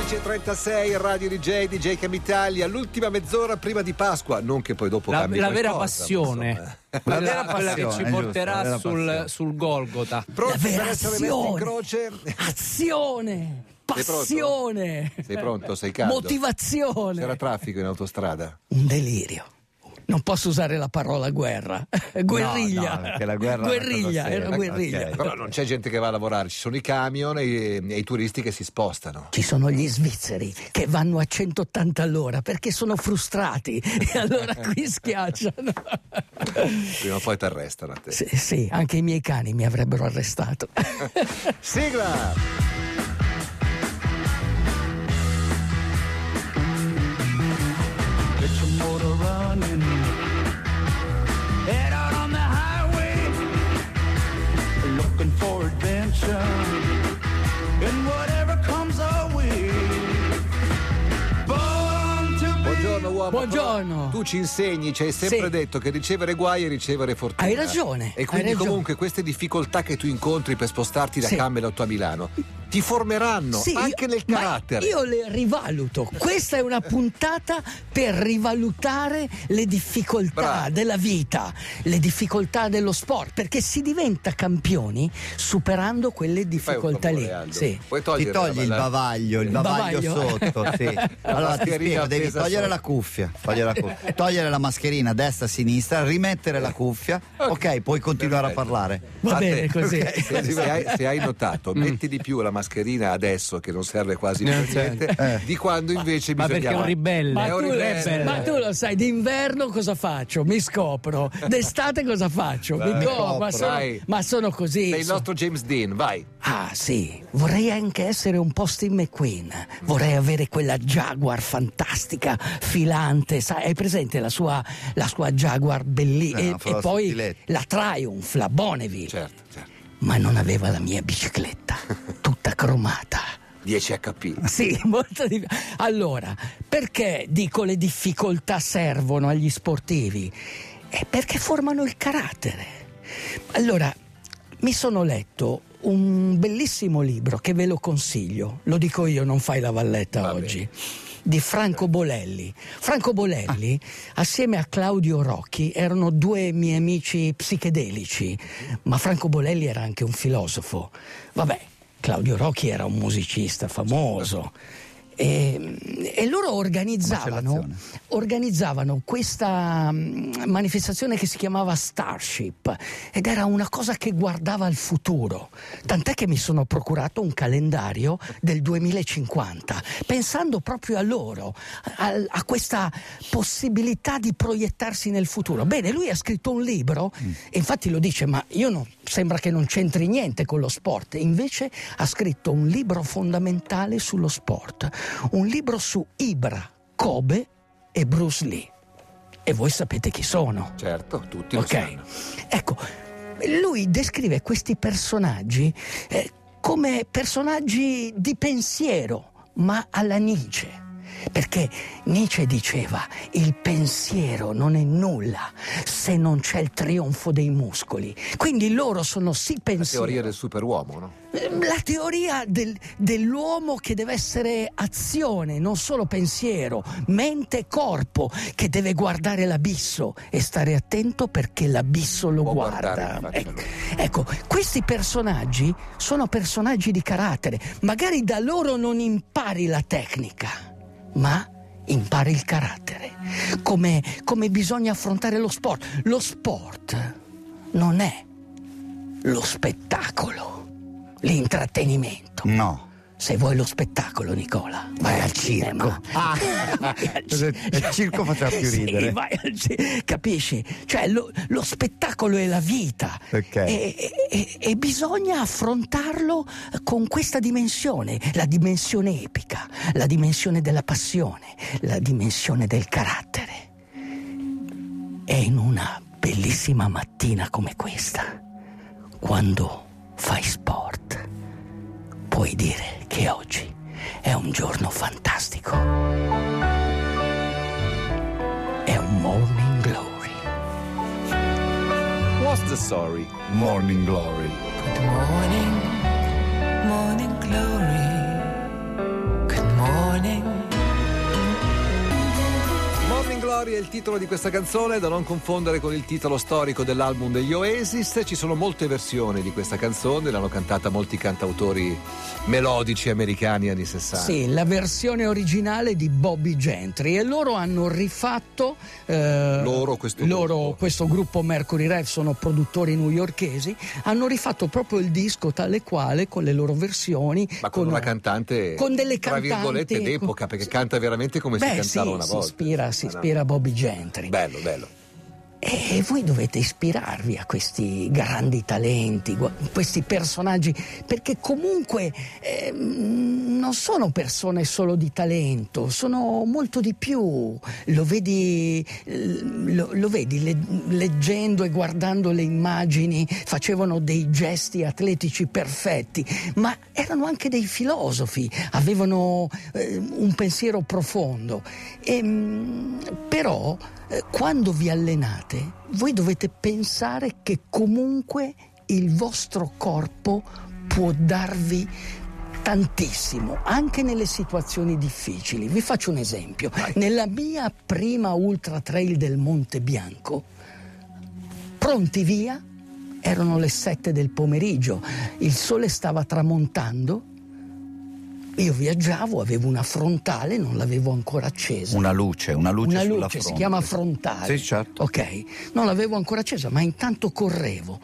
11:36 Radio DJ Cam Italia, l'ultima mezz'ora prima di Pasqua, non che poi dopo cambi la qualcosa, vera passione, quella quella che ci porterà sul Golgota. Pronti per essere messi in croce? Azione, passione. Sei pronto? Sei caldo? Motivazione. C'era traffico in autostrada? Un delirio. Non posso usare la parola guerra. Guerriglia. No, perché la guerra era guerriglia. Okay. Però non c'è gente che va a lavorare, ci sono i camion e i turisti che si spostano. Ci sono gli svizzeri che vanno a 180 all'ora perché sono frustrati e allora qui schiacciano. Prima o poi ti arrestano a te. Sì, anche i miei cani mi avrebbero arrestato. Sigla! Motor running, head out on the highway, looking for adventure, and whatever comes our way. Buongiorno uomo. Buongiorno. Tu ci insegni, ci hai sempre detto che ricevere guai e ricevere fortuna. Hai ragione. E quindi comunque queste difficoltà che tu incontri per spostarti da Camelot a Milano ti formeranno anche nel carattere. Io le rivaluto. Questa è una puntata per rivalutare le difficoltà della vita, le difficoltà dello sport, perché si diventa campioni superando quelle difficoltà lì. Sì. Puoi Ti togli il bavaglio sotto, sì. Allora ti spiego, devi togliere la cuffia, togliere la mascherina destra sinistra, rimettere la cuffia. Ok, puoi continuare a parlare. Va bene così. Se hai notato, metti di più la mascherina adesso che non serve quasi per niente di quando invece bisogna. Ma perché è un ribelle. Ma tu lo sai, d'inverno cosa faccio? Mi scopro. D'estate cosa faccio? Ma sono così. Sei il nostro James Dean, vai. Ah sì, vorrei anche essere un po' Steve McQueen. Vorrei avere quella Jaguar fantastica, filante, sai, hai presente la sua Jaguar bellissima e poi la Triumph, la Bonneville. Certo. Ma non aveva la mia bicicletta, tutta cromata. 10 HP. Sì, molto di più. Allora, perché dico le difficoltà servono agli sportivi? Perché formano il carattere. Allora, mi sono letto un bellissimo libro che ve lo consiglio, lo dico io, non fai la valletta oggi, di Franco Bolelli. Franco Bolelli, assieme a Claudio Rocchi, erano due miei amici psichedelici, ma Franco Bolelli era anche un filosofo. Vabbè, Claudio Rocchi era un musicista famoso. E loro organizzavano questa manifestazione che si chiamava Starship ed era una cosa che guardava al futuro, tant'è che mi sono procurato un calendario del 2050 pensando proprio a loro, a questa possibilità di proiettarsi nel futuro. Bene, lui ha scritto un libro e infatti lo dice, ma sembra che non c'entri niente con lo sport, e invece ha scritto un libro fondamentale sullo sport, un libro su Ibra, Kobe e Bruce Lee. E voi sapete chi sono? Certo, tutti lo sanno. Ecco, lui descrive questi personaggi come personaggi di pensiero, ma alla Nietzsche. Perché Nietzsche diceva: il pensiero non è nulla se non c'è il trionfo dei muscoli. Quindi loro sono sì pensiero. La teoria del superuomo, no? La teoria dell'uomo che deve essere azione, non solo pensiero, mente e corpo, che deve guardare l'abisso e stare attento perché l'abisso lo guarda. Ecco, questi personaggi sono personaggi di carattere. Magari da loro non impari la tecnica, ma impari il carattere, come bisogna affrontare lo sport. Lo sport non è lo spettacolo, l'intrattenimento. No. Se vuoi lo spettacolo, Nicola, vai al cinema. Il circo faceva più ridere. Sì, vai capisci? Cioè lo spettacolo è la vita. E bisogna affrontarlo con questa dimensione, la dimensione epica, la dimensione della passione, la dimensione del carattere. E in una bellissima mattina come questa, quando fai sport, puoi dire che oggi è un giorno fantastico. È un morning glory. What's the story? Morning glory. Good morning, morning glory. Good morning. è il titolo di questa canzone, da non confondere con il titolo storico dell'album degli Oasis. Ci sono molte versioni di questa canzone, l'hanno cantata molti cantautori melodici americani anni 60. Sì, la versione originale di Bobby Gentry, e loro hanno rifatto questo gruppo Mercury Rev, sono produttori newyorkesi, hanno rifatto proprio il disco tale quale, con le loro versioni, ma con una cantante, con delle tra virgolette, d'epoca, perché canta veramente come si cantava una volta. Si ispira a Bobby Gentry. Bello. E voi dovete ispirarvi a questi grandi talenti, questi personaggi, perché comunque non sono persone solo di talento, sono molto di più. Lo vedi leggendo e guardando le immagini, facevano dei gesti atletici perfetti, ma erano anche dei filosofi, avevano un pensiero profondo. Però quando vi allenate, voi dovete pensare che comunque il vostro corpo può darvi tantissimo, anche nelle situazioni difficili. Vi faccio un esempio. Nella mia prima ultra trail del Monte Bianco, pronti via, erano le 7 del pomeriggio, il sole stava tramontando. Io viaggiavo, avevo una frontale, non l'avevo ancora accesa. Una luce sulla fronte. Si chiama frontale. Sì, certo. Ok, non l'avevo ancora accesa, ma intanto correvo.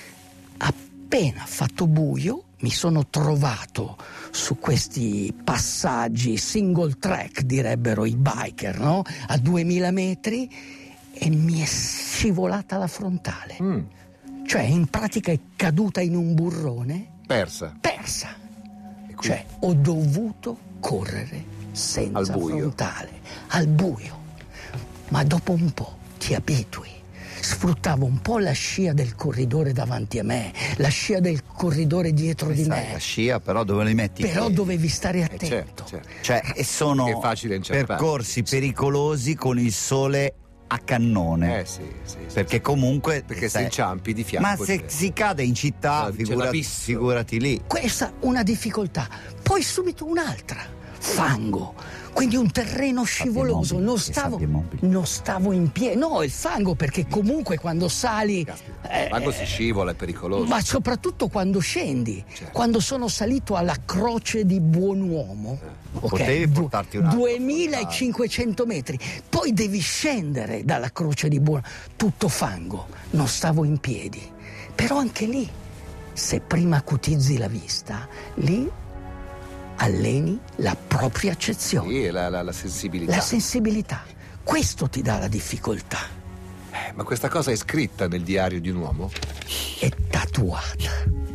Appena fatto buio, mi sono trovato su questi passaggi single track, direbbero i biker, no? A 2000 metri, e mi è scivolata la frontale. Cioè, in pratica è caduta in un burrone. Persa. Cioè, ho dovuto correre senza frontale, al buio. Ma dopo un po' ti abitui. Sfruttavo un po' la scia del corridore davanti a me, la scia del corridore dietro di me. La scia, però dove li metti? Però dovevi stare attento. Certo. Cioè, e sono percorsi pericolosi con il sole a cannone. Sì. Perché comunque se inciampi di fianco. Ma se si cade in città, figurati lì. Questa una difficoltà. Poi subito un'altra. Fango. Quindi un terreno scivoloso. Non stavo in piedi. No, il fango, perché comunque quando sali. Il fango si scivola, è pericoloso. Ma soprattutto quando scendi. Certo. Quando sono salito alla croce di Buonuomo. Potevi portarti un 2500 metri. Poi devi scendere dalla croce di Buonuomo. Tutto fango. Non stavo in piedi. Però anche lì, se prima acutizzi la vista, lì alleni la propria accezione. Sì, la sensibilità. La sensibilità. Questo ti dà la difficoltà. Ma questa cosa è scritta nel diario di un uomo? È tatuata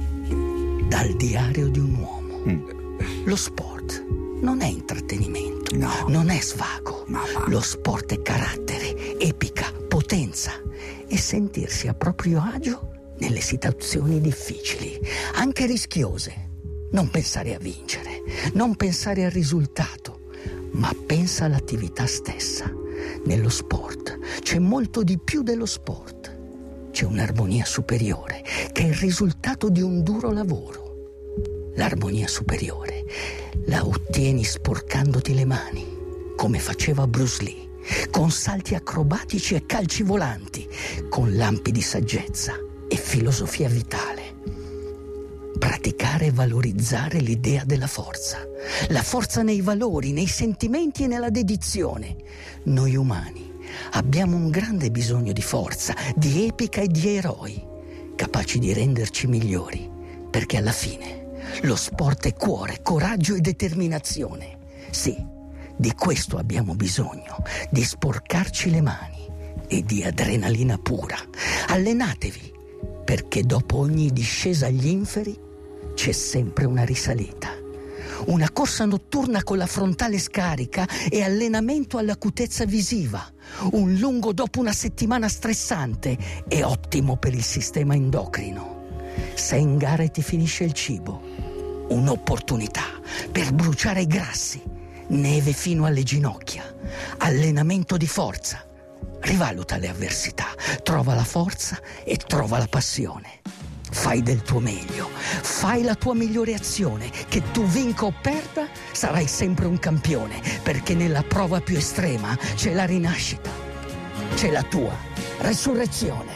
dal diario di un uomo. Lo sport non è intrattenimento, non è svago. Lo sport è carattere, epica, potenza e sentirsi a proprio agio nelle situazioni difficili, anche rischiose. Non pensare a vincere, non pensare al risultato, ma pensa all'attività stessa. Nello sport c'è molto di più dello sport. C'è un'armonia superiore che è il risultato di un duro lavoro. L'armonia superiore la ottieni sporcandoti le mani, come faceva Bruce Lee, con salti acrobatici e calci volanti, con lampi di saggezza e filosofia vitale. Praticare e valorizzare l'idea della forza. La forza nei valori, nei sentimenti e nella dedizione. Noi umani abbiamo un grande bisogno di forza, di epica e di eroi, capaci di renderci migliori, perché alla fine lo sport è cuore, coraggio e determinazione. Sì, di questo abbiamo bisogno, di sporcarci le mani e di adrenalina pura. Allenatevi, perché dopo ogni discesa agli inferi c'è sempre una risalita. Una corsa notturna con la frontale scarica e allenamento all'acutezza visiva. Un lungo dopo una settimana stressante è ottimo per il sistema endocrino. Sei in gara e ti finisce il cibo. Un'opportunità per bruciare i grassi. Neve fino alle ginocchia. Allenamento di forza. Rivaluta le avversità, trova la forza e trova la passione. Fai del tuo meglio, fai la tua migliore azione, che tu vinca o perda, sarai sempre un campione, perché nella prova più estrema c'è la rinascita. c'è la tua resurrezione.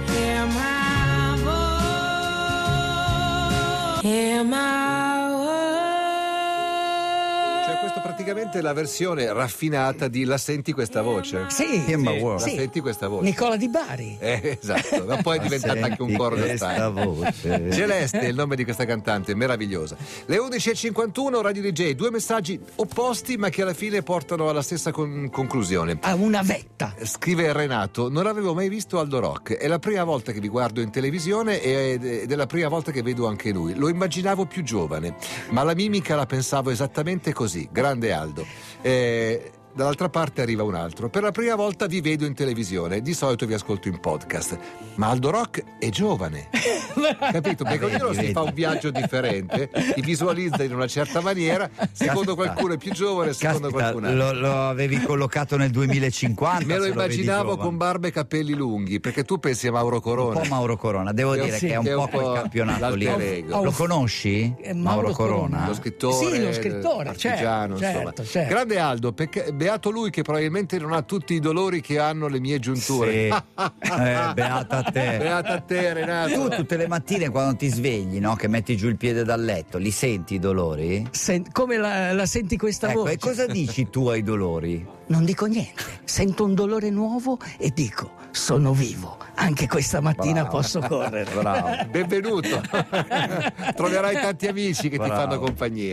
Cioè, questo praticamente è la versione raffinata di La senti questa voce? Sì, La senti questa voce? Nicola Di Bari. Esatto, ma poi è diventata anche un coro da style. Celeste è il nome di questa cantante, meravigliosa. Le 11.51, Radio DJ, due messaggi opposti ma che alla fine portano alla stessa conclusione. A una vetta. Scrive Renato: non avevo mai visto Aldo Rock, è la prima volta che vi guardo in televisione ed è la prima volta che vedo anche lui. Lo immaginavo più giovane, ma la mimica la pensavo esattamente così. Grande Aldo. Dall'altra parte arriva un altro: per la prima volta vi vedo in televisione, di solito vi ascolto in podcast, ma Aldo Rock è giovane. Capito? Perché ognuno si fa un viaggio differente, ti visualizza in una certa maniera, secondo qualcuno è più giovane, secondo qualcun altro. Lo avevi collocato nel 2050. Me lo immaginavo con barba e capelli lunghi, perché tu pensi a Mauro Corona. Un po' Mauro Corona, devo dire che è un po' quel campionato lì. Lo conosci? Mauro Corona? Lo scrittore. Sì, lo scrittore, artigiano, certo. Grande Aldo, perché beato lui che probabilmente non ha tutti i dolori che hanno le mie giunture. Sì. Beata a te. Beata a te, Renato. Tu tutte le mattine quando ti svegli, no, che metti giù il piede dal letto, li senti i dolori? Come la senti questa voce? E cosa dici tu ai dolori? Non dico niente, sento un dolore nuovo e dico: sono vivo, anche questa mattina posso correre. Bravo. Benvenuto. Troverai tanti amici che ti fanno compagnia.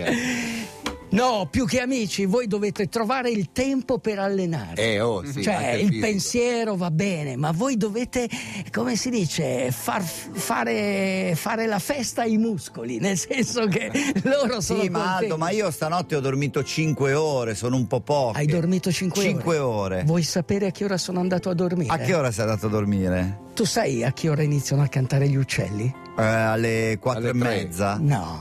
No, più che amici, voi dovete trovare il tempo per allenare. Sì, cioè, il pensiero va bene, ma voi dovete, come si dice, fare la festa ai muscoli, nel senso che loro sono Sì, ma Aldo, ma io stanotte ho dormito 5 ore, sono un po' poche. Hai dormito 5 ore? 5 ore. Vuoi sapere a che ora sono andato a dormire? A che ora sei andato a dormire? Tu sai a che ora iniziano a cantare gli uccelli? Alle 4 e mezza?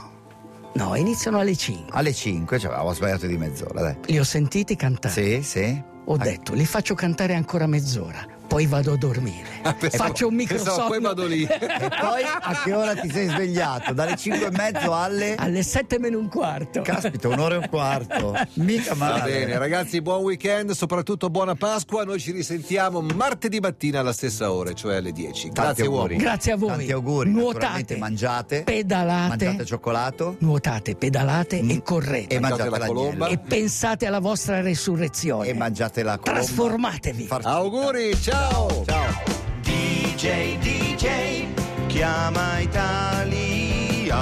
No, iniziano alle 5. Alle 5, cioè avevo sbagliato di mezz'ora, dai. Li ho sentiti cantare. Sì. Ho detto, li faccio cantare ancora mezz'ora, poi vado a dormire. Faccio un microsonno. Poi vado lì. E poi a che ora ti sei svegliato? Dalle 5 e mezzo alle 7:45. Caspita, 1 ora e un quarto. Mica male. Va bene, ragazzi, buon weekend, soprattutto buona Pasqua. Noi ci risentiamo martedì mattina alla stessa ora, cioè alle 10. Grazie uomo. Grazie a voi. Tanti auguri. Nuotate, mangiate, pedalate, mangiate cioccolato, nuotate, pedalate e correte. E mangiate la colomba. E pensate alla vostra resurrezione. E mangiate la colomba. Trasformatevi. Auguri, ciao. DJ, chiama Italia.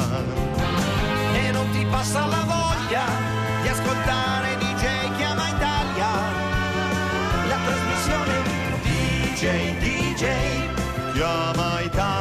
E non ti passa la voglia di ascoltare DJ Chiama Italia. La trasmissione DJ, Chiama Italia.